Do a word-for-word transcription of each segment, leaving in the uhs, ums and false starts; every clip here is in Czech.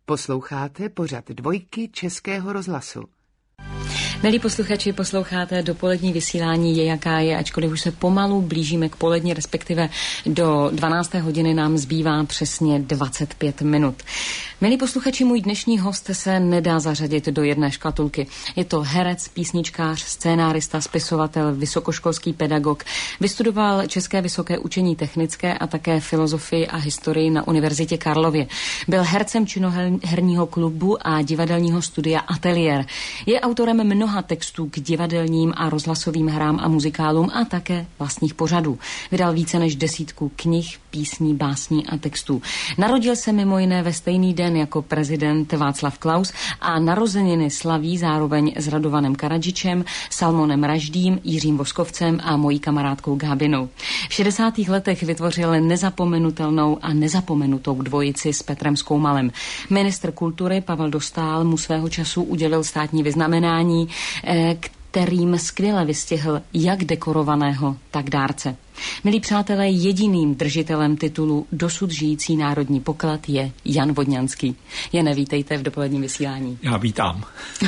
Posloucháte pořad Dvojky Českého rozhlasu. Milí posluchači, posloucháte dopolední vysílání Je jaká je, ačkoliv už se pomalu blížíme k poledni, respektive do dvanácté hodiny nám zbývá přesně dvacet pět minut. Milí posluchači, můj dnešní host se nedá zařadit do jedné škatulky. Je to herec, písničkář, scénárista, spisovatel, vysokoškolský pedagog. Vystudoval České vysoké učení technické a také filozofii a historii na Univerzitě Karlově. Byl hercem činoherního klubu a divadelního studia Ateliér. Je autorem mnoha textů k divadelním a rozhlasovým hrám a muzikálům a také vlastních pořadů. Vydal více než desítku knih, písní, básní a textů. Narodil se mimo jiné ve stejný den jako prezident Václav Klaus a narozeniny slaví zároveň s Radovanem Karadžičem, Salmonem Raždým, Jiřím Voskovcem a mojí kamarádkou Gábinou. V šedesátých letech vytvořil nezapomenutelnou a nezapomenutou dvojici s Petrem Skoumalem. Ministr kultury Pavel Dostál mu svého času udělil státní vyznamenání, kterým skvěle vystihl jak dekorovaného, tak dárce. Milí přátelé, jediným držitelem titulu dosud žijící národní poklad je Jan Vodňanský. Jane, vítejte v dopoledním vysílání. Já vítám.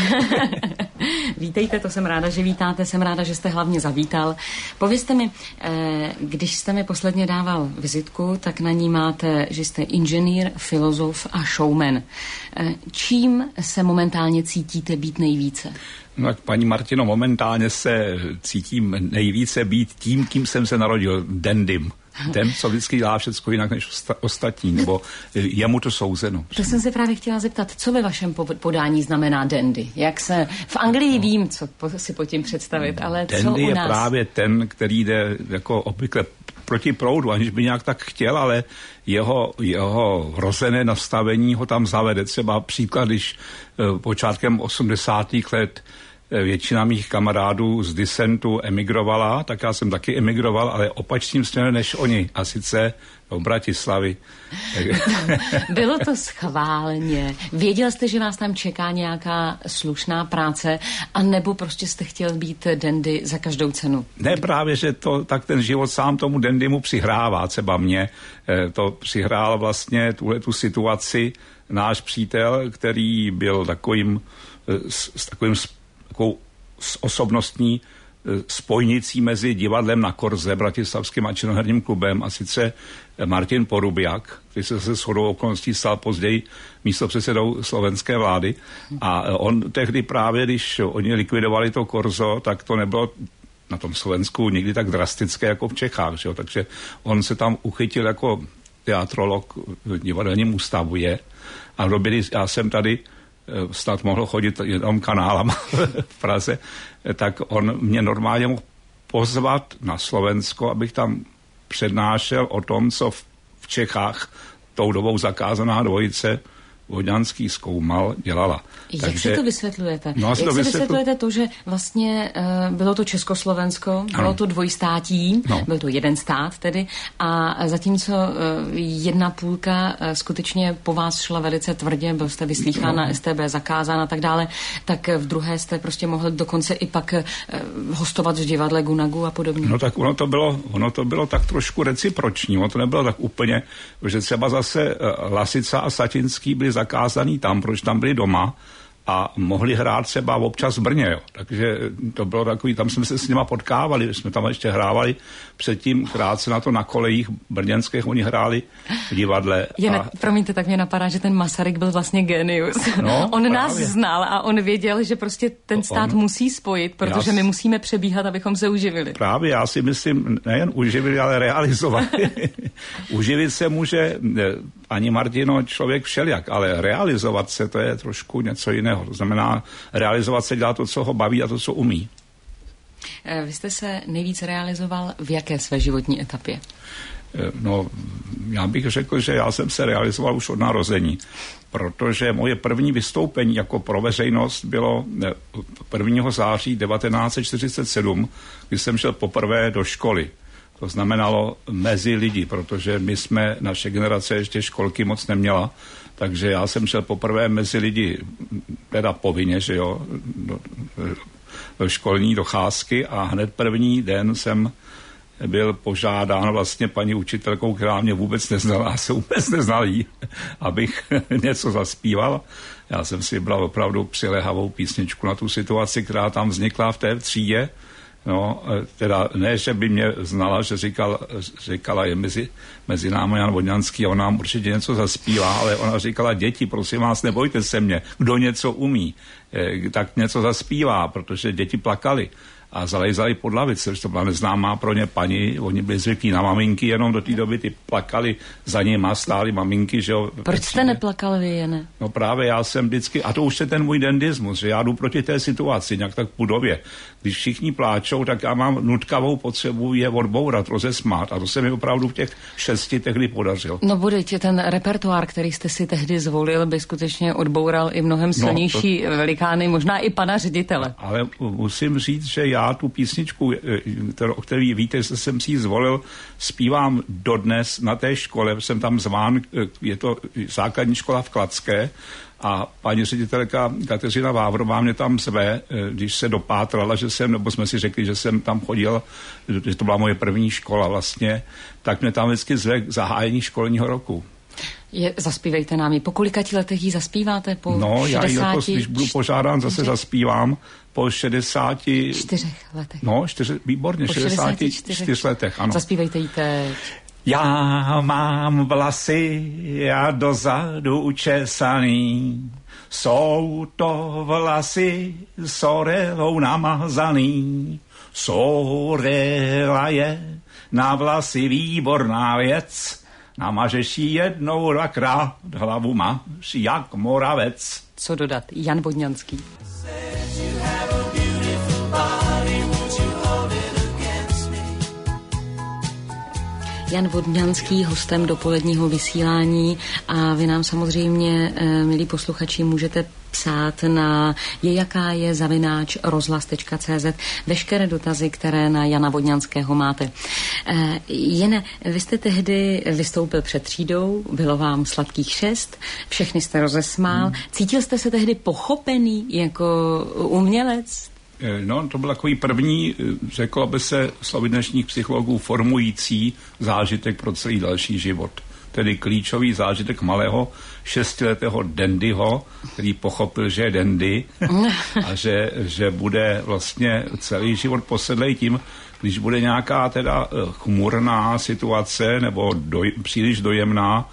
Vítejte, to jsem ráda, že vítáte, jsem ráda, že jste hlavně zavítal. Povězte mi, když jste mi posledně dával vizitku, tak na ní máte, že jste inženýr, filozof a showman. Čím se momentálně cítíte být nejvíce? No, paní Martino, momentálně se cítím nejvíce být tím, kým jsem se narodil, dandym. Ten, co vždycky dělá všechno jinak než ostatní, nebo je mu to souzeno. To jsem se právě chtěla zeptat, co ve vašem podání znamená dandy? Jak se, v Anglii vím, co si pod tím představit, ale dandy co u nás? Je právě ten, který jde jako obvykle proti proudu, aniž by nějak tak chtěl, ale jeho, jeho rozené nastavení ho tam zavede. Třeba příklad, když počátkem osmdesátých let většina mých kamarádů z disentu emigrovala, tak já jsem taky emigroval, ale opačným směrem než oni, a sice do Bratislavy. Bylo to schválně? Věděl jste, že vás tam čeká nějaká slušná práce, anebo prostě jste chtěl být dandy za každou cenu? Ne, právě, že to, tak ten život sám tomu dandymu přihrává. Třeba mě to přihrál vlastně tuhle tu situaci náš přítel, který byl takovým s, s takovým takovou osobnostní spojnicí mezi divadlem na Korze, bratislavským a činoherním klubem, a sice Martin Porubiak, který se se shodou okolností stal později místopředsedou slovenské vlády. A on tehdy právě, když oni likvidovali to Korzo, tak to nebylo na tom Slovensku nikdy tak drastické jako v Čechách. Že? Takže on se tam uchytil jako teatrolog v divadelním ústavu je. A v době, já jsem tady snad mohl chodit jenom kanálama v Praze, tak on mě normálně mohl pozvat na Slovensko, abych tam přednášel o tom, co v Čechách tou dobou zakázaná dvojice Vodňanský Skoumal dělala. Jak Takže, si to vysvětlujete? No, Jak to si vysvětlu... vysvětlujete to, že vlastně uh, bylo to Československo, bylo ano. to dvojstátí, no. byl to jeden stát tedy, a zatímco uh, jedna půlka uh, skutečně po vás šla velice tvrdě, byl jste vyslýchán no. na S T B, zakázán a tak dále, tak v druhé jste prostě mohl dokonce i pak uh, hostovat v divadle Gunagu a podobně. No tak ono to bylo, ono to bylo tak trošku reciproční, ono to nebylo tak úplně, že třeba zase uh, Lasica a Satinský byli zakázaný tam, proč tam byli doma a mohli hrát třeba občas v Brně. Jo. Takže to bylo takový, tam jsme se s nima potkávali, jsme tam ještě hrávali předtím krátce na to na kolejích brněnských, oni hráli v divadle. Jen, a... promiňte, tak mě napadá, že ten Masaryk byl vlastně genius. No, on právě. Nás znal a on věděl, že prostě ten stát on... musí spojit, protože já... my musíme přebíhat, abychom se uživili. Právě, já si myslím, nejen uživili, ale realizovali. Uživit se může ani Martino člověk všelijak, ale realizovat se, to je trošku něco jiného. To znamená, realizovat se dělá to, co ho baví a to, co umí. Vy jste se nejvíc realizoval v jaké své životní etapě? No, já bych řekl, že já jsem se realizoval už od narození, protože moje první vystoupení jako pro veřejnost bylo prvního září devatenáct set čtyřicet sedm, kdy jsem šel poprvé do školy. To znamenalo mezi lidi, protože my jsme, naše generace ještě školky moc neměla, takže já jsem šel poprvé mezi lidi, teda povinně, že jo, do, do školní docházky, a hned první den jsem byl požádán vlastně paní učitelkou, která mě vůbec neznala, já se vůbec neznal jí, abych něco zaspíval. Já jsem si vybral opravdu přilehavou písničku na tu situaci, která tam vznikla v té třídě. No, teda ne, že by mě znala, že říkal, říkala je mezi, mezi námi Jan Vodňanský a on nám určitě něco zaspívá, ale ona říkala, děti, prosím vás, nebojte se mě, kdo něco umí, tak něco zaspívá, protože děti plakali a zalejzali pod lavice, protože to byla neznámá pro ně paní, oni byli zvyklí na maminky, jenom do té doby ty plakali za nima, stály maminky, že jo. Proč jste neplakal vy, Jane? No právě já jsem vždycky, a to už je ten můj dendismus, že já jdu proti té situaci, nějak tak v budově. Když všichni pláčou, tak já mám nutkavou potřebu je odbourat, rozesmát a to se mi opravdu v těch šesti tehdy podařilo. No budete, ten repertoár, který jste si tehdy zvolil, by skutečně odboural i mnohem silnější no, to... velikány, možná i pana ředitele. Ale musím říct, že já tu písničku, o které víte, že jsem si ji zvolil, zpívám dodnes na té škole, jsem tam zván, je to základní škola v Kladské a paní ředitelka Kateřina Vávrová mě tam zve, když se dopátrala, že jsem, nebo jsme si řekli, že jsem tam chodil, že to byla moje první škola vlastně, tak mě tam vždycky zve k zahájení školního roku. Je, zaspívejte nám ji. Po kolikati letech ji zaspíváte? Po no, šedesáti... já ji když budu požádán, zase zaspívám po šedesáti... Čtyřech letech. No, čtyři, výborně, šedesáti čtyřech letech, ano. Zaspívejte ji teď. Já mám vlasy a dozadu učesaný, jsou to vlasy sorelou namazaný. Sorela je na vlasy výborná věc, namažeš ji jednou, dvakrát, hlavu máš jak Moravec. Co dodat? Jan Vodňanský. Jan Vodňanský, hostem dopoledního vysílání a vy nám samozřejmě, milí posluchači, můžete psát na je jaká je zavináč rozhlas tečka cé zet veškeré dotazy, které na Jana Vodňanského máte. Jene, vy jste tehdy vystoupil před třídou, bylo vám sladkých šest, všechny jste rozesmál. Hmm. Cítil jste se tehdy pochopený jako umělec? No, to byl takový první, řeklo by se slovy dnešních psychologů, formující zážitek pro celý další život. Tedy klíčový zážitek malého šestiletého dandyho, který pochopil, že je dandy a že, že bude vlastně celý život posedlej tím, když bude nějaká teda chmurná situace nebo doj, příliš dojemná,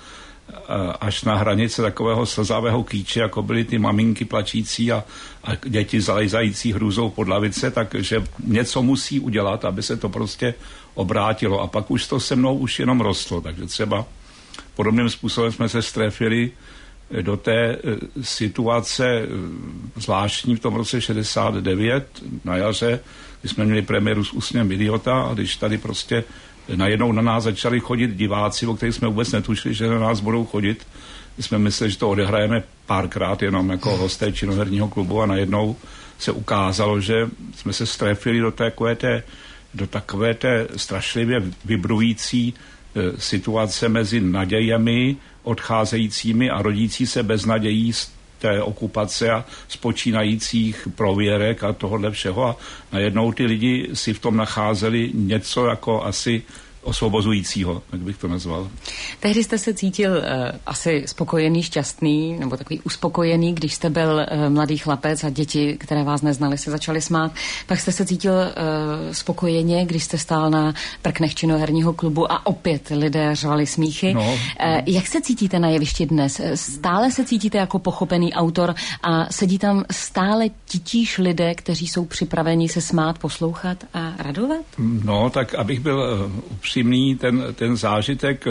až na hranice takového slzavého kýče, jako byly ty maminky plačící a, a děti zalejzající hrůzou pod lavice, takže něco musí udělat, aby se to prostě obrátilo. A pak už to se mnou už jenom rostlo, takže třeba podobným způsobem jsme se strefili do té situace zvláštní v tom roce šedesát devět na jaře, kdy jsme měli premiéru s Usněm idiota a když tady prostě najednou na nás začali chodit diváci, o kterých jsme vůbec netušili, že na nás budou chodit. My jsme mysleli, že to odehrajeme párkrát jenom jako hosté činoherního klubu a najednou se ukázalo, že jsme se strefili do takové té, do takové té strašlivě vibrující e, situace mezi nadějemi odcházejícími a rodící se beznadějí z té okupace a spočínajících prověrek a tohohle všeho a najednou ty lidi si v tom nacházeli něco jako asi osvobozujícího, jak bych to nazval. Tehdy jste se cítil uh, asi spokojený, šťastný, nebo takový uspokojený, když jste byl uh, mladý chlapec a děti, které vás neznali, se začaly smát. Pak jste se cítil uh, spokojeně, když jste stál na prknech činoherního klubu a opět lidé řvali smíchy. No. Uh, jak se cítíte na jevišti dnes? Stále se cítíte jako pochopený autor a sedí tam stále titíž lidé, kteří jsou připraveni se smát, poslouchat a radovat? No, tak abych byl uh, upřímný, ten, ten zážitek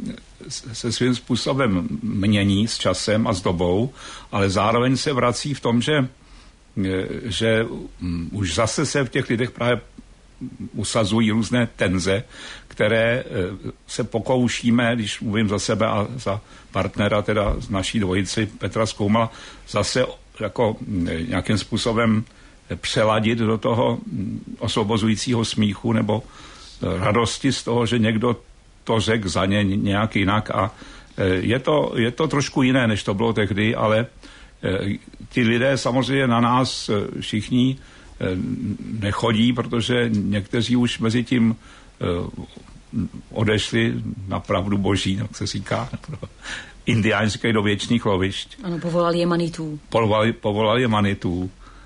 se svým způsobem mění s časem a s dobou, ale zároveň se vrací v tom, že, že už zase se v těch lidech právě usazují různé tenze, které se pokoušíme, když mluvím za sebe a za partnera, teda z naší dvojici Petra Skoumala, zase jako nějakým způsobem přeladit do toho osvobozujícího smíchu nebo radosti z toho, že někdo to řekl za ně nějak jinak a je to, je to trošku jiné, než to bylo tehdy, ale ti lidé samozřejmě na nás všichni nechodí, protože někteří už mezi tím odešli na pravdu boží, jak se říká, indiáni říkají do věčných lovišť. Ano, povolali je Manitů. Povolali, povolali je Manitů.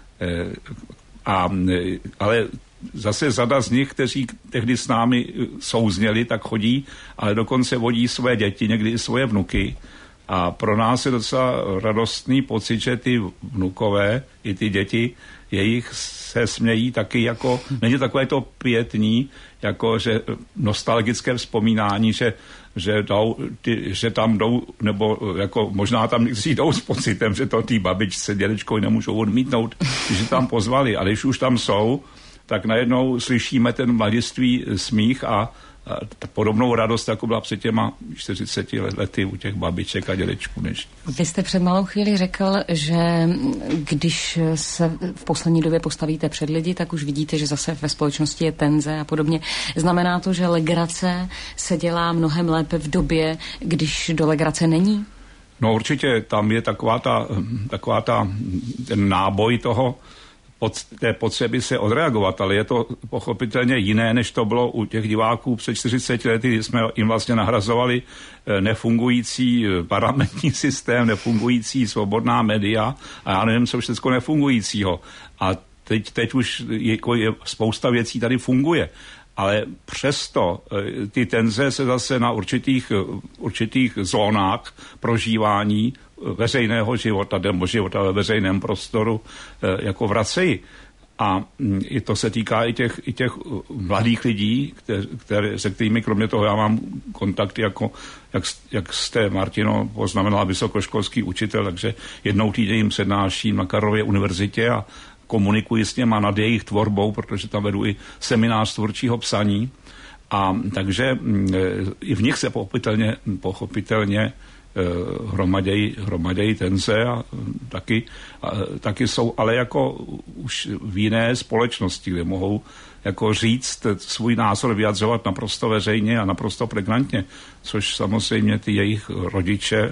A, ale zase řada z nich, kteří tehdy s námi souzněli, tak chodí, ale dokonce vodí své děti, někdy i svoje vnuky. A pro nás je docela radostný pocit, že ty vnukové i ty děti jejich se smějí taky jako, není takové to pětní, jako že nostalgické vzpomínání, že, že, jdou, ty, že tam jdou, nebo jako možná tam někteří jdou s pocitem, že to tý babičce, dědečkou nemůžou odmítnout, že tam pozvali, ale když už tam jsou, tak najednou slyšíme ten mladiství smích a A podobnou radost, jako byla před těma čtyřiceti lety u těch babiček a dědečků. Než... Vy jste před malou chvíli řekl, že když se v poslední době postavíte před lidi, tak už vidíte, že zase ve společnosti je tenze a podobně. Znamená to, že legrace se dělá mnohem lépe v době, když do legrace není? No určitě, tam je taková ta, taková ta ten náboj toho, pod té potřeby se odreagovat, ale je to pochopitelně jiné, než to bylo u těch diváků před čtyřiceti lety, kdy jsme jim vlastně nahrazovali nefungující parlamentní systém, nefungující svobodná média a já nevím, co všechno nefungujícího. A teď, teď už je, je, spousta věcí tady funguje. Ale přesto ty tenze se zase na určitých, určitých zónách prožívání veřejného života, nebo života ve veřejném prostoru jako vracejí. A i to se týká i těch, i těch mladých lidí, které, se kterými kromě toho já mám kontakty, jako, jak, jak jste, Martino, poznamenala vysokoškolský učitel, takže jednou týdně jim přednáším na Karlově univerzitě a komunikuji s něma nad jejich tvorbou, protože tam vedu i seminář tvůrčího psaní. A takže e, i v nich se pochopitelně, pochopitelně hromadějí, hromadějí tenze a taky, a taky jsou ale jako už v jiné společnosti, kde mohou jako říct svůj názor, vyjadřovat naprosto veřejně a naprosto pregnantně, což samozřejmě ty jejich rodiče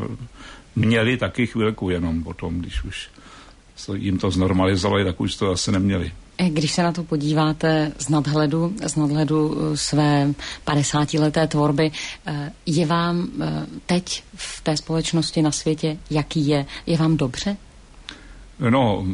měli taky chvilku jenom potom, když už jim to znormalizovali, tak už to zase neměli. Když se na to podíváte z nadhledu, z nadhledu své padesátileté tvorby, je vám teď v té společnosti na světě, jaký je? Je vám dobře? No,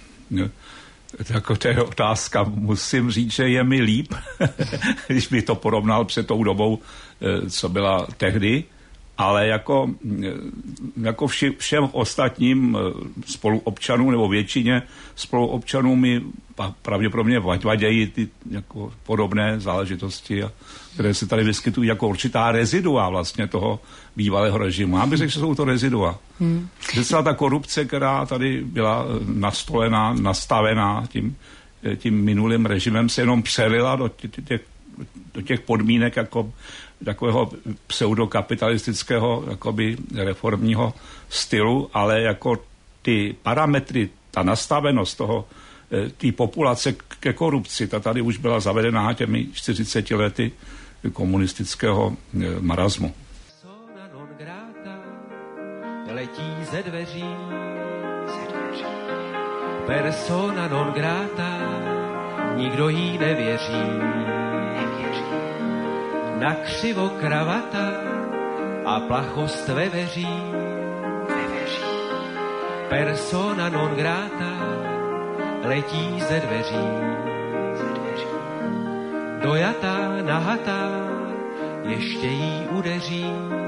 jako to je otázka. Musím říct, že je mi líp, když bych to porovnal před tou dobou, co byla tehdy. Ale jako, jako vši, všem ostatním spoluobčanům nebo většině spoluobčanů mi pravděpodobně vadějí ty jako podobné záležitosti, které se tady vyskytují jako určitá rezidua vlastně toho bývalého režimu. Já bych řekl, že jsou to rezidua. Hmm. Celá ta korupce, která tady byla nastolená, nastavená tím, tím minulým režimem, se jenom přelila do těch, do těch podmínek jako takového pseudokapitalistického jakoby reformního stylu, ale jako ty parametry, ta nastavenost toho, té populace ke korupci, ta tady už byla zavedená těmi čtyřiceti lety komunistického marazmu. Persona non grata letí ze dveří, ze dveří. Persona non grata, nikdo jí nevěří. Na křivo kravata a plachost ve veří. Persona non grata letí ze dveří. Dojatá, nahatá, ještě jí udeří.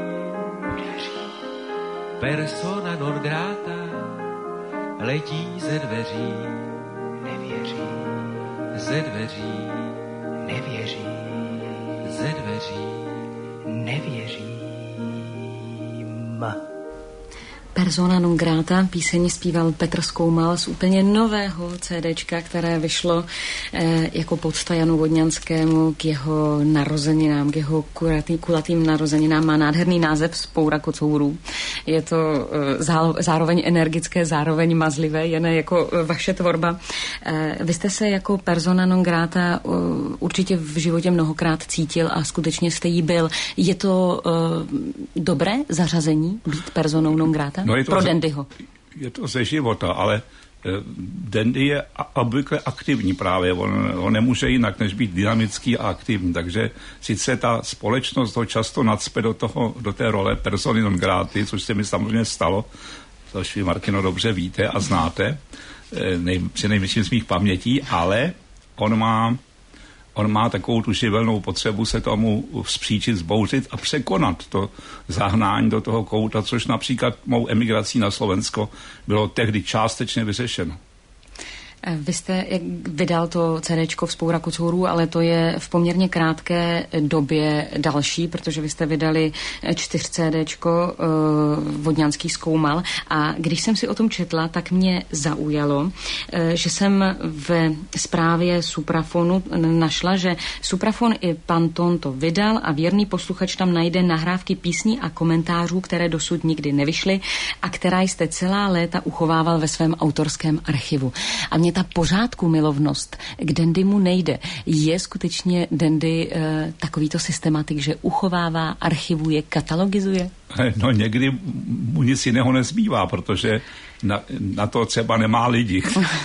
Persona non grata letí ze dveří. Nevěří. Ze dveří. Nevěří. Ze dveří nevěřím. Persona non grata, píseň zpíval Petr Skoumal z úplně nového CDčka, které vyšlo eh, jako pocta Janu Vodňanskému k jeho narozeninám, k jeho kulatý, kulatým narozeninám. Má nádherný název Spoura kocourů. Je to eh, zá, zároveň energické, zároveň mazlivé, jen jako eh, vaše tvorba. Eh, vy jste se jako persona non grata eh, určitě v životě mnohokrát cítil a skutečně jste jí byl. Je to eh, dobré zařazení být personou non grata? No je to pro ze, Dandyho. je to ze života, ale Dandy je obvykle aktivní právě, on, on nemůže jinak, než být dynamický a aktivní, takže sice ta společnost ho často nacpe do, toho, do té role persony non grata, což se mi samozřejmě stalo, což vy, Martino, dobře víte a znáte, nej, při největším z mých pamětí, ale on má, on má takovou tu živelnou potřebu se tomu vzpříčit, zbouřit a překonat to zahnání do toho kouta, což například mou emigrací na Slovensko bylo tehdy částečně vyřešeno. Vy jste vydal to CDčko Vzpoura kocourů, ale to je v poměrně krátké době další, protože vy jste vydali čtyř CDčko uh, Vodňanský zkoumal a když jsem si o tom četla, tak mě zaujalo, uh, že jsem ve zprávě Suprafonu našla, že Suprafon i Panton to vydal a věrný posluchač tam najde nahrávky písní a komentářů, které dosud nikdy nevyšly a která jste celá léta uchovával ve svém autorském archivu. A mě ta pořádku milovnost k Dandymu nejde. Je skutečně Dandy e, takovýto systematik, že uchovává, archivuje, katalogizuje? No někdy mu nic jiného nezbývá, protože na, na to třeba nemá lidi.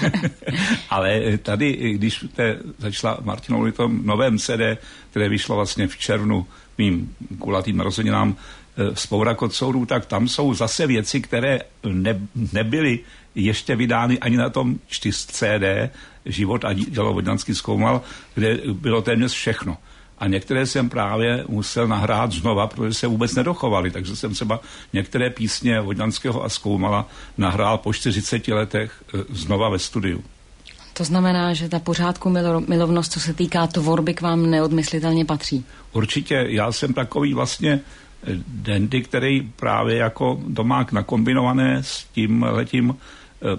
Ale tady, když te začala Martinou o tom novém C D, které vyšlo vlastně v červnu mým kulatým narozeninám Vzpoura kocourů, tak tam jsou zase věci, které ne, nebyly ještě vydány ani na tom čtyř C D Život a dílo Vodňanský zkoumal, kde bylo téměř všechno. A některé jsem právě musel nahrát znova, protože se vůbec nedochovaly. Takže jsem třeba některé písně Vodňanského a Zkoumala nahrál po čtyřiceti letech znova ve studiu. To znamená, že ta pořádku milo, milovnost, co se týká tvorby, k vám neodmyslitelně patří? Určitě. Já jsem takový vlastně dandy, který právě jako to má nakombinované s tím letím eh,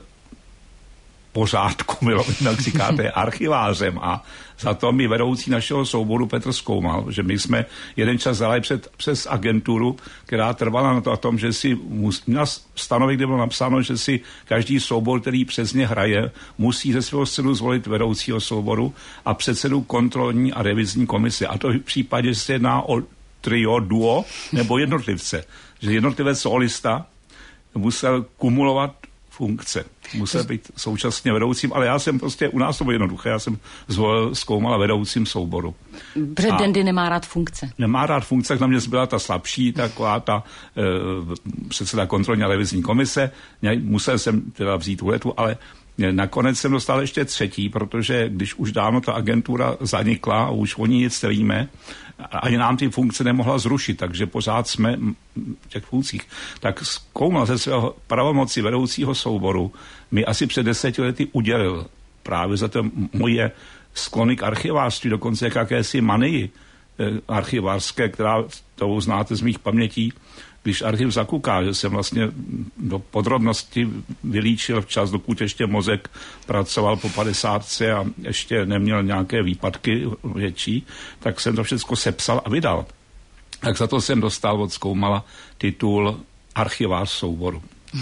pořádku, jak říkáte, archivářem a za to mi vedoucí našeho souboru Petr Zkoumal, že my jsme jeden čas vzali před, přes agenturu, která trvala na to a tom, že si měla stanovit, kde bylo napsáno, že si každý soubor, který přes ně hraje, musí ze svého středu zvolit vedoucího souboru a předsedu kontrolní a revizní komise. A to v případě, že se jedná o trio, duo nebo jednotlivce. Že jednotlivec solista musel kumulovat funkce. Musel být současně vedoucím, ale já jsem prostě, u nás to bylo jednoduché, já jsem zvolil Zkoumala vedoucím souboru. Protože Dandy nemá rád funkce. Nemá rád funkce, tak na mě byla ta slabší, taková ta e, předseda kontrolní a revizní komise. Musel jsem teda vzít tuhletu, ale nakonec jsem dostal ještě třetí, protože když už dávno ta agentura zanikla a už o ní nic nevíme, ani nám ty funkce nemohla zrušit, takže pořád jsme v těch funkcích. Tak Zkoumal ze svého pravomoci vedoucího souboru mi asi před deseti lety udělil právě za to moje sklony k archivářství, dokonce jak jakési manii archivářské, která to znáte z mých pamětí, když archiv zakuká, že jsem vlastně do podrobnosti vylíčil včas, dokud ještě mozek pracoval po padesátce a ještě neměl nějaké výpadky větší, tak jsem to všechno sepsal a vydal. Tak za to jsem dostal od Zkoumala titul archivář souboru.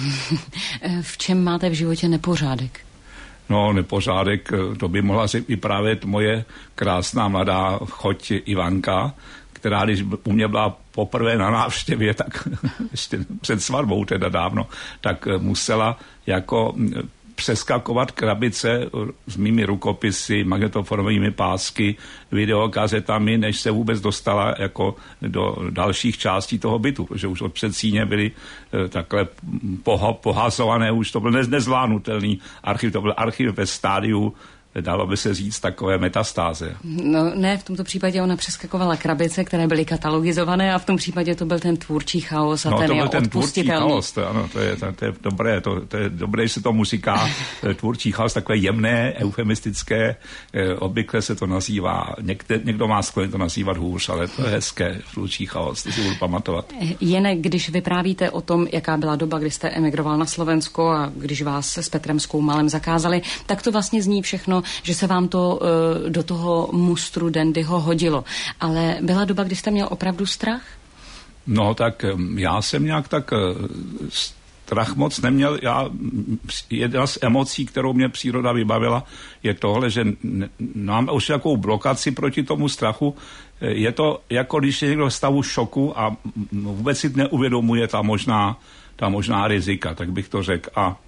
V čem máte v životě nepořádek? No, nepořádek, to by mohla říct i právě moje krásná mladá choť Ivanka, která když u mě byla poprvé na návštěvě, tak ještě před svatbou teda dávno, tak musela jako přeskakovat krabice s mými rukopisy, magnetofonovými pásky, videokazetami, než se vůbec dostala jako do dalších částí toho bytu, protože už od předsíně byly takhle poha, pohazované, už to byl nezvládnutelný archiv, to byl archiv ve stádiu, dalo by se říct, takové metastáze. No ne, v tomto případě ona přeskakovala krabice, které byly katalogizované a v tom případě to byl ten tvůrčí chaos a no, ten to je byl ten tvůrčí chaos, to, ano, to je, to, to je dobré, to, to je dobré, že se tomu říká tvůrčí chaos, takové jemné, eufemistické, eh, obvykle se to nazývá, někde, někdo má sklon to nazývat hůř, ale to je hezké, tvůrčí chaos, to si budu pamatovat. Jen když vyprávíte o tom, jaká byla doba, kdy jste emigroval na Slovensko a když vás s Petrem Zkoumalem zakázali, tak to vlastně zní všechno, že se vám to uh, do toho mustru Dandyho hodilo. Ale byla doba, kdy jste měl opravdu strach? No tak já jsem nějak tak uh, strach moc neměl. Já, jedna z emocí, kterou mě příroda vybavila, je tohle, že n- mám už takovou blokaci proti tomu strachu. Je to jako když je někdo v stavu šoku a vůbec si neuvědomuje ta možná, ta možná rizika, tak bych to řekl. A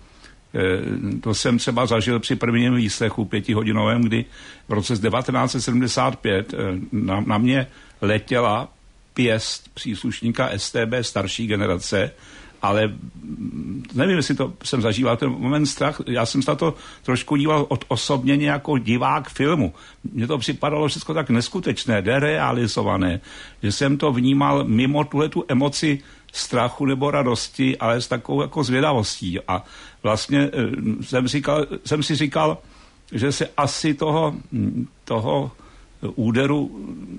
To jsem třeba zažil při prvním výslechu pětihodinovém, kdy v roce devatenáct set sedmdesát pět na, na mě letěla pěst příslušníka S T B starší generace, ale nevím, jestli to jsem zažíval ten moment strach. Já jsem se na to trošku díval od osobně jako divák filmu. Mně to připadalo všechno tak neskutečné, derealizované, že jsem to vnímal mimo tuhletu emoci strachu nebo radosti, ale s takovou jako zvědavostí. A vlastně jsem, říkal, jsem si říkal, že se asi toho, toho úderu,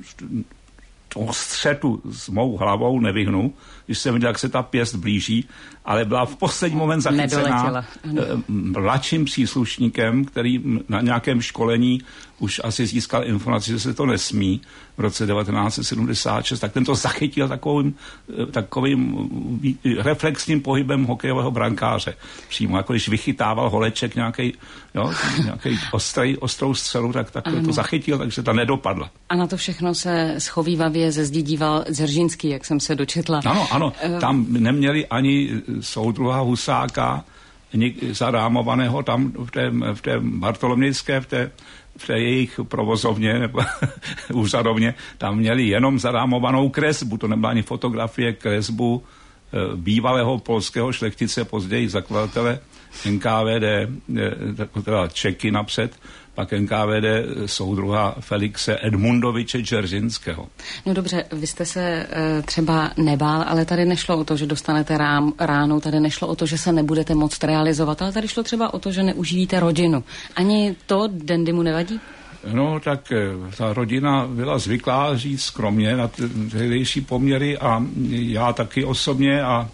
toho střetu s mou hlavou nevyhnu, když jsem viděl, jak se ta pěst blíží, ale byla v poslední moment zachycená mladším příslušníkem, který na nějakém školení už asi získal informaci, že se to nesmí v roce devatenáct set sedmdesát šest, tak ten to zachytil takovým, takovým reflexním pohybem hokejového brankáře. Přímo, jako když vychytával holeček nějaký, jo, nějaký ostrý, ostrou střelu, tak, tak to zachytil, takže ta nedopadla. A na to všechno se schovívavě ze zdí díval Dzeržinský, jak jsem se dočetla. Ano, ano, tam neměli ani soudruha Husáka zarámovaného tam v té, v té Bartolomějské, v té, v té jejich provozovně nebo úřadovně, tam měli jenom zarámovanou kresbu, to nebyla ani fotografie, kresbu e, bývalého polského šlechtice, později zakladatele N K V D, e, teda Čeky napřed, pak N K V D soudruha Felixe Edmundoviče Dzeržinského. No dobře, vy jste se e, třeba nebál, ale tady nešlo o to, že dostanete rám, ránu, tady nešlo o to, že se nebudete moct realizovat, ale tady šlo třeba o to, že neuživíte rodinu. Ani to Dandymu nevadí? No tak ta rodina byla zvyklá žít skromně na tehdejší poměry a já taky osobně a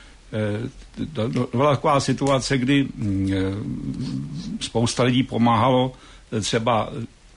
e, to, to byla taková situace, kdy e, spousta lidí pomáhalo, třeba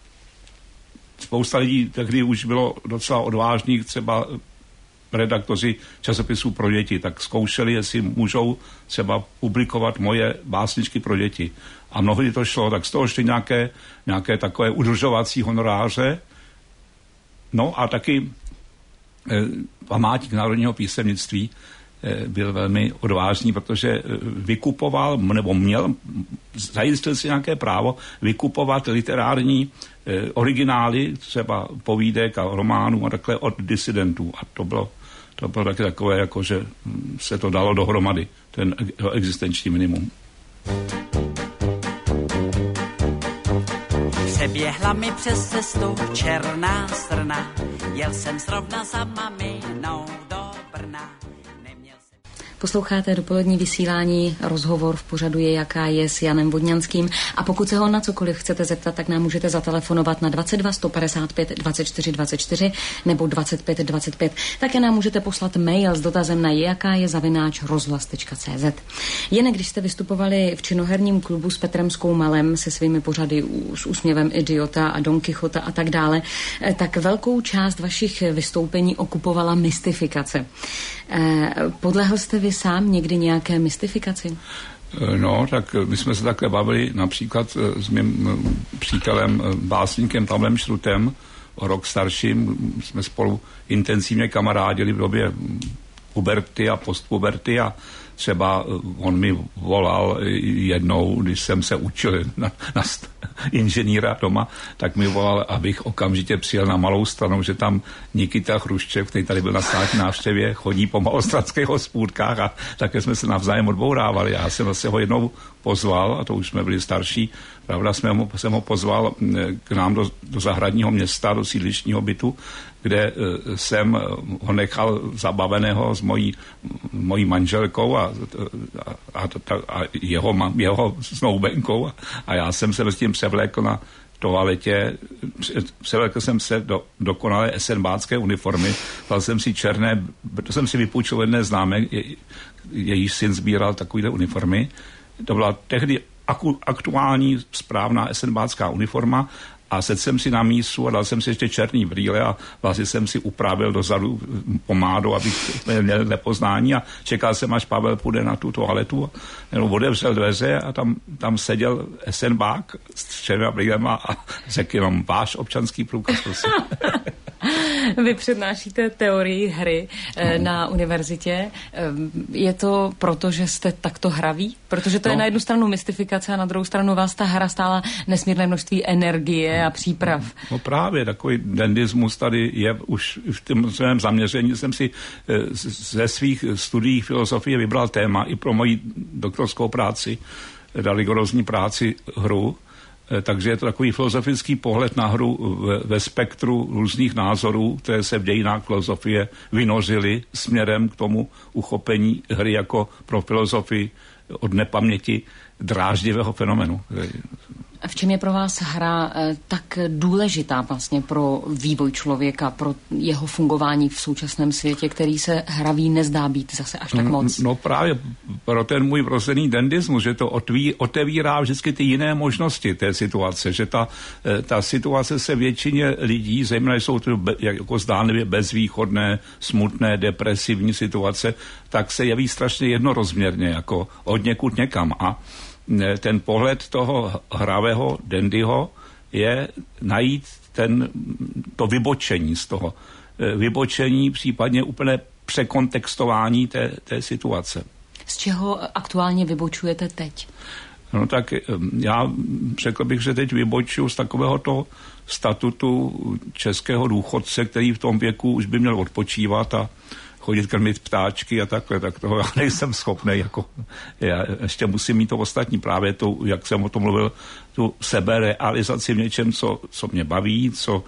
spousta lidí tehdy už bylo docela odvážných, třeba redaktoři časopisů pro děti, tak zkoušeli, jestli můžou třeba publikovat moje básničky pro děti. A mnohdy to šlo, tak z toho šly nějaké, nějaké takové udržovací honoráře. No a taky eh, památník národního písemnictví eh, byl velmi odvážný, protože eh, vykupoval, nebo měl, zajistil si nějaké právo vykupovat literární eh, originály, třeba povídek a románů a takhle od disidentů. A to bylo To bylo taky takové, jako že se to dalo dohromady, ten existenční minimum. Přeběhla mi přes cestu černá srna, jel jsem zrovna za maminou do Brna. Posloucháte dopolední vysílání, rozhovor v pořadu Je jaká je s Janem Vodňanským a pokud se ho na cokoliv chcete zeptat, tak nám můžete zatelefonovat na dvacet dva sto padesát pět dvacet čtyři dvacet čtyři nebo dvacet pět dvacet pět. Také nám můžete poslat mail s dotazem na jejakáje zavináč rozhlas tečka cé zet. Jen když jste vystupovali v činoherním klubu s Petrem Skoumalem se svými pořady s úsměvem Idiota a Don Kichota a tak dále, tak velkou část vašich vystoupení okupovala mystifikace. Podlehl jste vy sám někdy nějaké mystifikaci? No, tak my jsme se takhle bavili například s mým přítelem, básníkem Pavlem Šrutem, o rok starším. Jsme spolu intenzivně kamarádili v době puberty a postpuberty a třeba on mi volal jednou, když jsem se učil na, na inženýra doma, tak mi volal, abych okamžitě přijel na Malou Stranu, že tam Nikita Chruščev, který tady byl na státní návštěvě, chodí po malostranských hospůdkách a také jsme se navzájem odbourávali. Já jsem se ho jednou pozval, a to už jsme byli starší, pravda, jsme ho, jsem ho pozval k nám do, do zahradního města, do sídlišního bytu, kde jsem ho nechal zabaveného s mojí, mojí manželkou a, a, a, a jeho, jeho snoubenkou a, a já jsem se s tím převlékl na toaletě, převlékl jsem se do dokonalé esenbácké uniformy, dal jsem si černé, to jsem si vypůjčil jedné známé, je, jejíž syn sbíral takovýhle uniformy. To byla tehdy aktuální správná esenbácká uniforma a sedl jsem si na mísu a dal jsem si ještě černý brýle a vlastně jsem si upravil dozadu pomádou, abych měl nepoznání a čekal jsem, až Pavel půjde na tu toaletu, nebo otevřel dveře a tam, tam seděl esenbák s černýma brýlema a řekl jenom váš občanský průkaz, prosím. Vy přednášíte teorii hry no. na univerzitě. Je to proto, že jste takto hraví? Protože to no. je na jednu stranu mystifikace a na druhou stranu vás ta hra stála nesmírné množství energie a příprav. No právě, takový dandismus tady je už v tom svém zaměření. Jsem si ze svých studií filozofie vybral téma i pro moji doktorskou práci, rigorózní práci hru. Takže je to takový filozofický pohled na hru ve, ve spektru různých názorů, které se v dějinách filozofie vynořily směrem k tomu uchopení hry jako pro filozofii od nepaměti dráždivého fenomenu. V čem je pro vás hra tak důležitá vlastně pro vývoj člověka, pro jeho fungování v současném světě, který se hraví nezdá být zase až tak moc? No, no právě pro ten můj vrozený dandismus, že to otví, otevírá vždycky ty jiné možnosti té situace, že ta, ta situace se většině lidí, zejména jsou to be, jako zdánlivě bezvýchodné, smutné, depresivní situace, tak se jeví strašně jednorozměrně, jako od někud někam. A ten pohled toho hravého dandyho je najít ten, to vybočení z toho. Vybočení, případně úplné překontextování té, té situace. Z čeho aktuálně vybočujete teď? No tak já řekl bych, že teď vybočuju z takovéhoto statutu českého důchodce, který v tom věku už by měl odpočívat a chodit krmit ptáčky a takhle, tak toho já nejsem schopný, jako já ještě musím mít to ostatní, právě tu, jak jsem o tom mluvil, tu seberealizaci v něčem, co, co mě baví, co,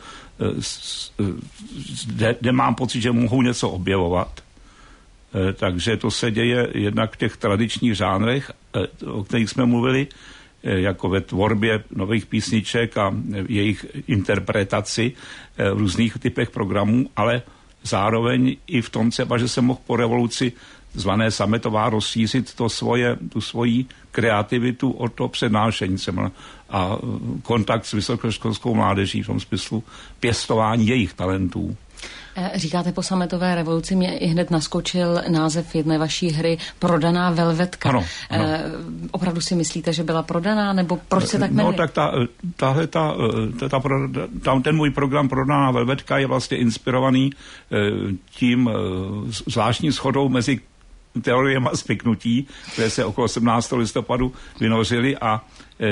kde, kde mám pocit, že mohu něco objevovat. Takže to se děje jednak v těch tradičních žánrech, o kterých jsme mluvili, jako ve tvorbě nových písniček a jejich interpretaci v různých typech programů, ale zároveň i v tom třeba, že jsem mohl po revoluci zvané Sametová rozšířit to svoje, tu svoji kreativitu o to přednášení a kontakt s vysokoškolskou mládeží v tom smyslu pěstování jejich talentů. Říkáte po sametové revoluci, mě i hned naskočil název jedné vaší hry Prodaná velvetka. Ano, ano. E, opravdu si myslíte, že byla prodaná, nebo proč se tak jmenuje? No tak ta, tahle, ta, ta, ta, ta, ten můj program Prodaná velvetka je vlastně inspirovaný tím zvláštní shodou mezi teoriemi spiknutí, které se okolo sedmnáctého listopadu vynořily a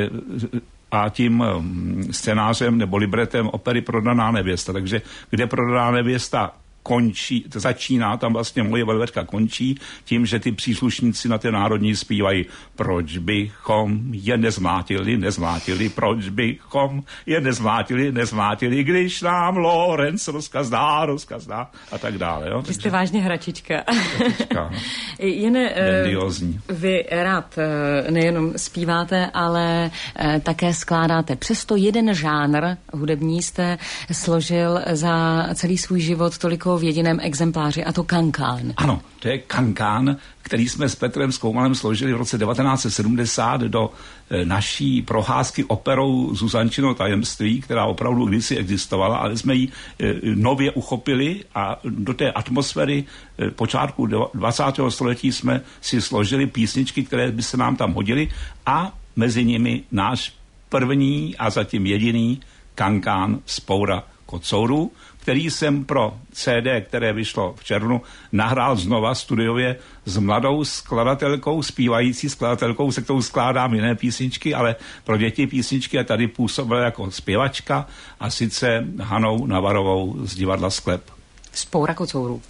a tím scénářem nebo libretem opery Prodaná nevěsta. Takže kde Prodaná nevěsta končí, začíná, tam vlastně moje velvetka končí tím, že ty příslušníci na té národní zpívají proč bychom je nezmátili, nezmátili, proč bychom je nezmátili, nezmátili, když nám Lorenz rozkaz dá, rozkaz dá a tak dále. Jo? Vy jste vážně hračička. Hračička, no. Jene, vy rád nejenom zpíváte, ale také skládáte. Přesto jeden žánr hudební jste složil za celý svůj život toliko v jediném exempláři, a to kankán. Ano, to je kankán, který jsme s Petrem Skoumalem složili v roce devatenáct set sedmdesát do e, naší procházky operou Zuzančino tajemství, která opravdu kdysi existovala, ale jsme ji e, nově uchopili a do té atmosféry e, počátku dvacátého století jsme si složili písničky, které by se nám tam hodily a mezi nimi náš první a zatím jediný kankán Vzpoura kocourů, který jsem pro C D, které vyšlo v červnu, nahrál znova studiově s mladou skladatelkou, zpívající skladatelkou, se kterou skládám jiné písničky, ale pro děti písničky a tady působila jako zpěvačka a sice Hanou Navarovou z divadla Sklep. Vzpoura kocourů.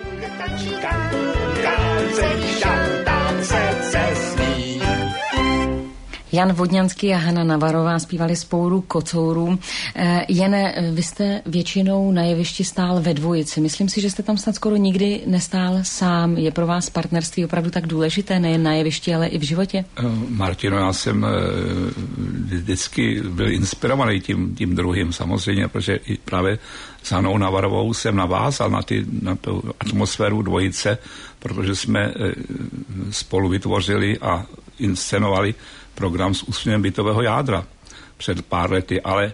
Jan Vodňanský a Hana Navarová zpívali Vzpouru kocourů. E, Jene, vy jste většinou na jevišti stál ve dvojici. Myslím si, že jste tam snad skoro nikdy nestál sám. Je pro vás partnerství opravdu tak důležité, nejen na jevišti, ale i v životě? Martino, já jsem vždycky byl inspirovaný tím, tím druhým samozřejmě, protože i právě s Hanou Navarovou jsem navázal na, ty, na tu atmosféru dvojice, protože jsme spolu vytvořili a inscenovali program s úsměvem bytového jádra před pár lety, ale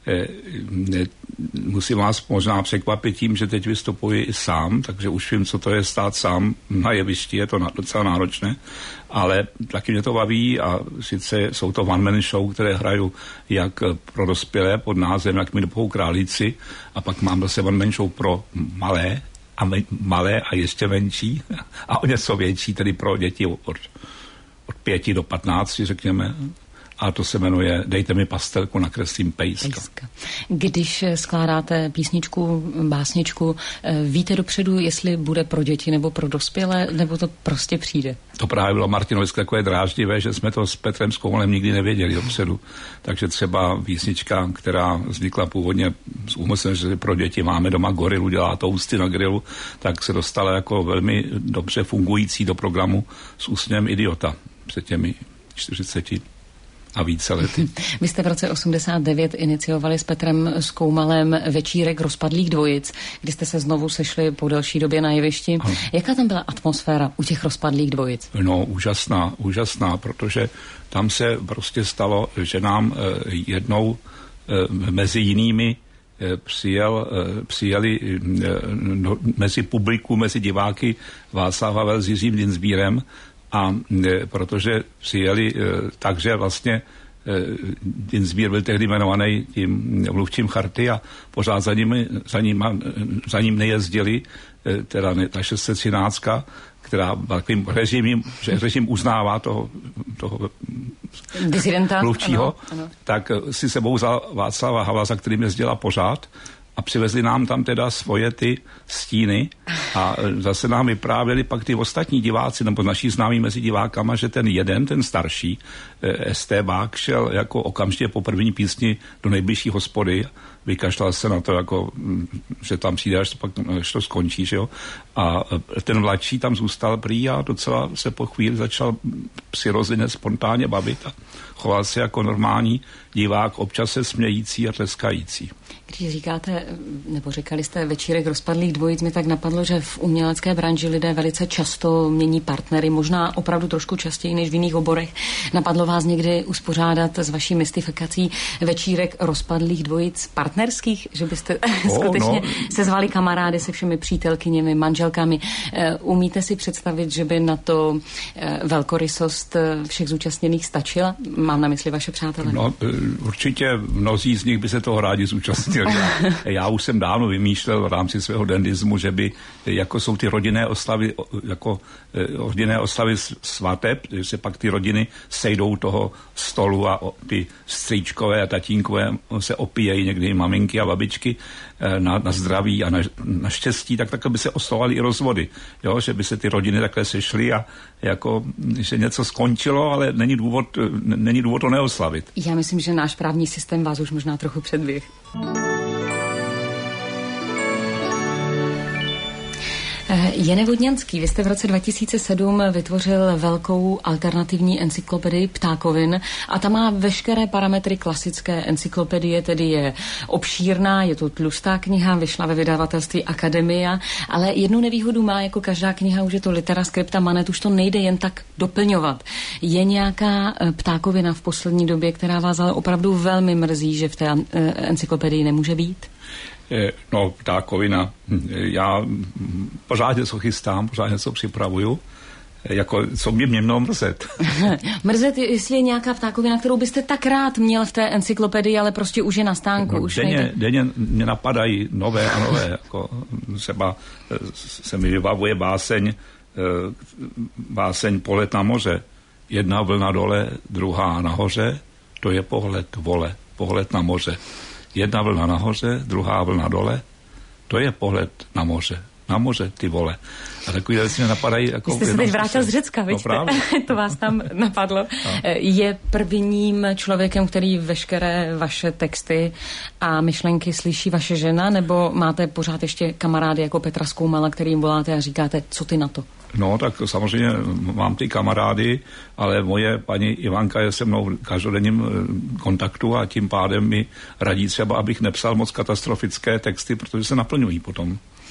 Musím vás možná překvapit tím, že teď vystupuji i sám, takže už vím, co to je stát sám na jevišti, je to docela náročné, ale taky mě to baví a sice jsou to one-man show, které hraju jak pro dospělé pod názvem Jak mi dopohou králíci a pak mám zase one-man show pro malé a me, malé a ještě menší a o něco větší, tedy pro děti od, od pěti do patnácti, řekněme. A to se jmenuje Dejte mi pastelku, nakreslím pejska. pejska. Když skládáte písničku, básničku, víte dopředu, jestli bude pro děti nebo pro dospělé, nebo to prostě přijde? To právě bylo Martinovické takové dráždivé, že jsme to s Petrem Skoumalem nikdy nevěděli dopředu. Takže třeba písnička, která vznikla původně s úmyslem, že pro děti máme doma gorilu, dělá tousty na grilu, tak se dostala jako velmi dobře fungující do programu s úsměvem idiota před těmi čtyřiceti a více lety. Vy jste v roce osmdesát devět iniciovali s Petrem Skoumalem večírek rozpadlých dvojic, kdy jste se znovu sešli po delší době na jevišti. Ano. Jaká tam byla atmosféra u těch rozpadlých dvojic? No, úžasná, úžasná, protože tam se prostě stalo, že nám jednou mezi jinými přijel, přijeli no, mezi publiku, mezi diváky Václav Havel s Jiřím Dienstbierem. A e, protože přijeli e, takže vlastně Dienstbier byl tehdy jmenovaný tím mluvčím Charty a pořád za ním, za ním, za ním nejezdili, e, teda ne, ta šest set třináct, která takovým režimem, že režim uznává toho, toho mluvčího, ano, ano. Tak si sebou vzal Václava Havla, za kterým jezdila pořád, a přivezli nám tam teda svoje ty stíny a zase nám vyprávěli pak ty ostatní diváci, nebo naši známí mezi divákama, že ten jeden, ten starší, Estébák, šel jako okamžitě po první písni do nejbližší hospody, vykašlal se na to, jako, že tam přijde, až to pak až to skončí, že jo. A ten mladší tam zůstal prý a docela se po chvíli začal přirozeně spontánně bavit a choval se jako normální divák, občas se smějící a tleskající. Když říkáte, nebo říkali jste večírek rozpadlých dvojic, mi tak napadlo, že v umělecké branži lidé velice často mění partnery, možná opravdu trošku častěji než v jiných oborech. Napadlo vás někdy uspořádat s vaší mystifikací večírek rozpadlých dvojic partnerských, že byste oh, skutečně no. se zvali kamarády se všemi přítelkyněmi, manželkami. Umíte si představit, že by na to velkorysost všech zúčastněných stačila? Mám na mysli vaše přátelé. No, určitě mnozí z nich by se toho rádi zúčastnili. Já, já už jsem dávno vymýšlel v rámci svého dandismu, že by, jako jsou ty rodinné oslavy, jako rodinné oslavy svateb, že se pak ty rodiny sejdou toho stolu a ty stříčkové a tatínkové se opíjejí, někdy maminky a babičky na, na zdraví a na, na štěstí, tak takhle by se oslavovali i rozvody. Jo? Že by se ty rodiny takhle sešly a jako, že něco skončilo, ale není důvod, není důvod to neoslavit. Já myslím, že náš právní systém vás už možná trochu předběh. Jene Vodňanský, vy jste v roce dva tisíce sedm vytvořil velkou alternativní encyklopedii ptákovin a ta má veškeré parametry klasické encyklopedie, tedy je obšírná, je to tlustá kniha, vyšla ve vydavatelství Akademia, ale jednu nevýhodu má, jako každá kniha, už je to litera scripta manet, už to nejde jen tak doplňovat. Je nějaká ptákovina v poslední době, která vás ale opravdu velmi mrzí, že v té encyklopedii nemůže být? No, ptákovina. Já pořád něco chystám, pořád něco připravuju. Jako, co by mě mělo mrzet? Mrzet, jestli je nějaká ptákovina, kterou byste tak rád měl v té encyklopedii, ale prostě už je na stánku. No, už denně, nejde... denně mě napadají nové a nové. Jako, třeba se mi vybavuje báseň, báseň Pohled na moře. Jedna vlna dole, druhá nahoře, to je pohled vole, pohled na moře. Jedna vlna nahoře, druhá vlna dole, to je pohled na moře. Na moře, ty vole. A takový věci mě napadají. Jako Vy jste se teď vrátil z Řecka, víte? No, to vás tam napadlo. No. Je prvním člověkem, který veškeré vaše texty a myšlenky slyší vaše žena, nebo máte pořád ještě kamarády jako Petra Skoumala, kterým voláte a říkáte, co ty na to? No, tak samozřejmě mám ty kamarády, ale moje paní Ivanka je se mnou v každodenním kontaktu a tím pádem mi radí třeba, abych nepsal moc katastrofické texty, protože se naplňují potom.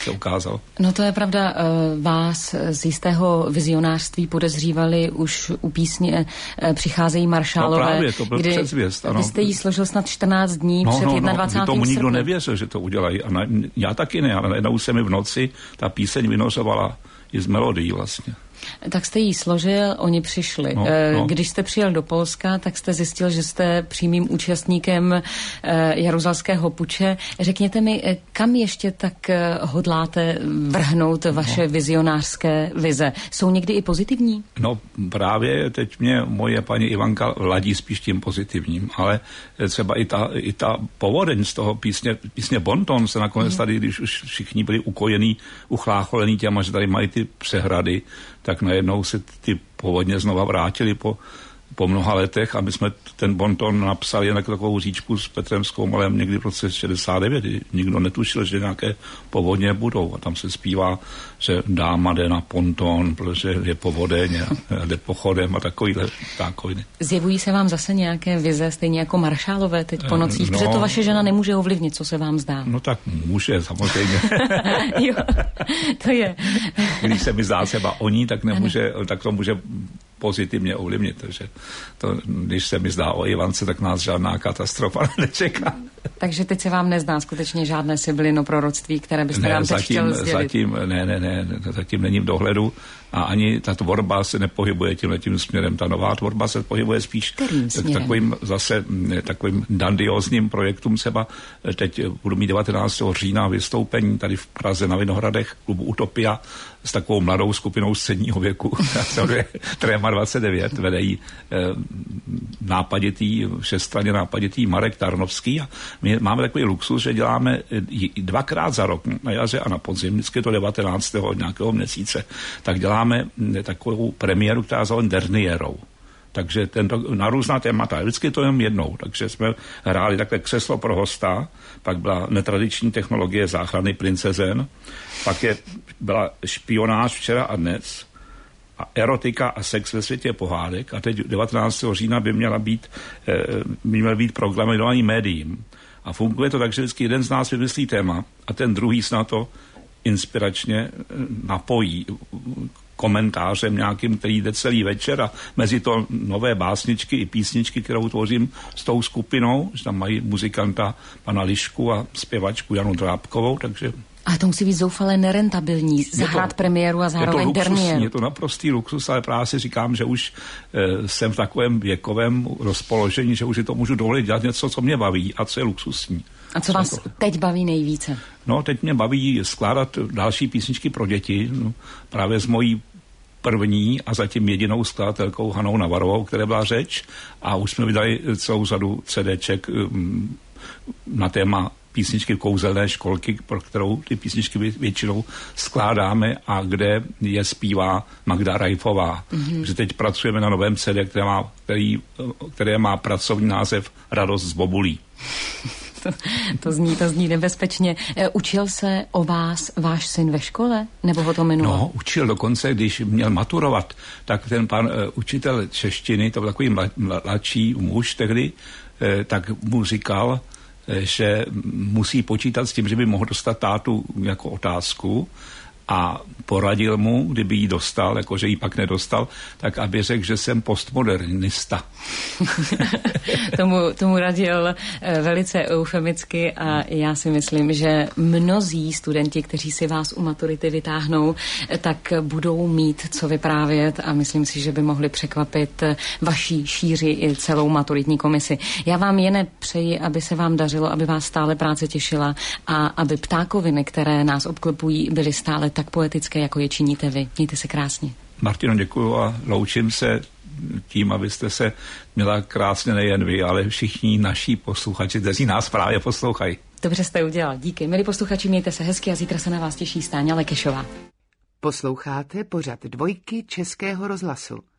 se ukázalo. No to je pravda, vás z jistého vizionářství podezřívali už u písně Přicházejí maršálové. No právě, to byl předzvěst, ano. Vy jste jí složil snad čtrnáct dní no, před no, dvacátým no, tomu nikdo srpnem. nevěřil, že to udělají. A na, já taky ne, ale najednou se mi v noci ta píseň vynořovala i z melodií vlastně. Tak jste jí složil, oni přišli. No, no. Když jste přijel do Polska, tak jste zjistil, že jste přímým účastníkem jaruzalského puče. Řekněte mi, kam ještě tak hodláte vrhnout vaše no. vizionářské vize? Jsou někdy i pozitivní? No právě teď mě moje paní Ivanka ladí spíš tím pozitivním, ale třeba i ta, i ta povodeň z toho písně, písně Bonton se nakonec tady, když už všichni byli ukojení, uchlácholení těma, že tady mají ty přehrady, tak najednou se ty povodně znova vrátili po, po mnoha letech a my jsme ten Bonton napsali jen takovou říčku s Petrem Zkoumalem někdy v roce šedesát devět. Nikdo netušil, že nějaké povodně budou. A tam se zpívá, že dáma jde na ponton, protože je povodeň a jde pochodem a takovýhle tákoviny. Zjevují se vám zase nějaké vize, stejně jako maršálové teď po nocích? No, protože to vaše žena nemůže ovlivnit, co se vám zdá. No tak může, samozřejmě. Jo, to je. Když se mi zdá třeba o ní, tak nemůže, tak to může pozitivně ovlivnit. Takže to, když se mi zdá o Ivance, tak nás žádná katastrofa nečeká. Takže teď se vám nezdá skutečně žádné sibilino proroctví, které byste ne, nám teď zatím, chtěl sdělit? Zatím, ne, ne, ne, zatím není v dohledu a ani ta tvorba se nepohybuje tímhletím směrem. Ta nová tvorba se pohybuje spíš k takovým zase takovým dandiózním projektům. Třeba teď budu mít devatenáctého října vystoupení tady v Praze na Vinohradech klubu Utopia s takovou mladou skupinou středního věku, která má dvacet devět, vede jí eh, nápaditý, všestranně nápaditý Marek Tarnovský a my máme takový luxus, že děláme dvakrát za rok, na jaře a na podzim, vždycky to devatenáctého nějakého měsíce, tak děláme takovou premiéru, která zove Derniérou. Takže tento, na různá témata, vždycky to jen jednou, takže jsme hráli takhle křeslo pro hosta, pak byla netradiční technologie záchrany princezen, pak je, byla špionáž včera a dnes, a erotika a sex ve světě pohádek a teď devatenáctého října by měla být, by měl být programovaný médiím. A funguje to tak, že vždycky jeden z nás vymyslí téma a ten druhý se na to inspiračně napojí komentářem nějakým, který jde celý večer a mezi to nové básničky i písničky, kterou tvořím s tou skupinou, že tam mají muzikanta pana Lišku a zpěvačku Janu Drábkovou, takže... A to musí být zoufale nerentabilní, zahrát premiéru a zároveň derniéru. Je to naprostý luxus, ale právě si říkám, že už e, jsem v takovém věkovém rozpoložení, že už si to můžu dovolit dělat něco, co mě baví a co je luxusní. A co vás to... teď baví nejvíce? No, teď mě baví skládat další písničky pro děti, no, právě s mojí první a zatím jedinou skladatelkou Hanou Navarovou, které byla řeč a už jsme vydali celou řadu CDček um, na téma písničky Kouzelné školky, pro kterou ty písničky většinou skládáme a kde je zpívá Magda Rajfová. Mm-hmm. Takže teď pracujeme na novém C D, které má, který, které má pracovní název Radost z bobulí. To, to, zní, to zní nebezpečně. E, učil se o vás váš syn ve škole? Nebo ho to minulo? No, učil dokonce, když měl maturovat, tak ten pan e, učitel češtiny, to byl takový mla, mladší muž tehdy, e, tak mu říkal, e, že musí počítat s tím, že by mohl dostat tátu jako otázku a poradil mu, kdyby ji dostal, jakože ji pak nedostal, tak aby řekl, že jsem postmodernista. tomu, tomu radil velice eufemicky a já si myslím, že mnozí studenti, kteří si vás u maturity vytáhnou, tak budou mít co vyprávět a myslím si, že by mohli překvapit vaší šíři i celou maturitní komisi. Já vám jen přeji, aby se vám dařilo, aby vás stále práce těšila a aby ptákoviny, které nás obklopují, byly stále tak poetické, jako je činíte vy. Mějte se krásně. Martino, děkuju a loučím se tím, abyste se měla krásně nejen vy, ale všichni naši posluchači, kteří nás právě poslouchají. Dobře jste udělal, díky. Milí posluchači, mějte se hezky a zítra se na vás těší Stáňa Lekešová. Posloucháte pořad Dvojky Českého rozhlasu.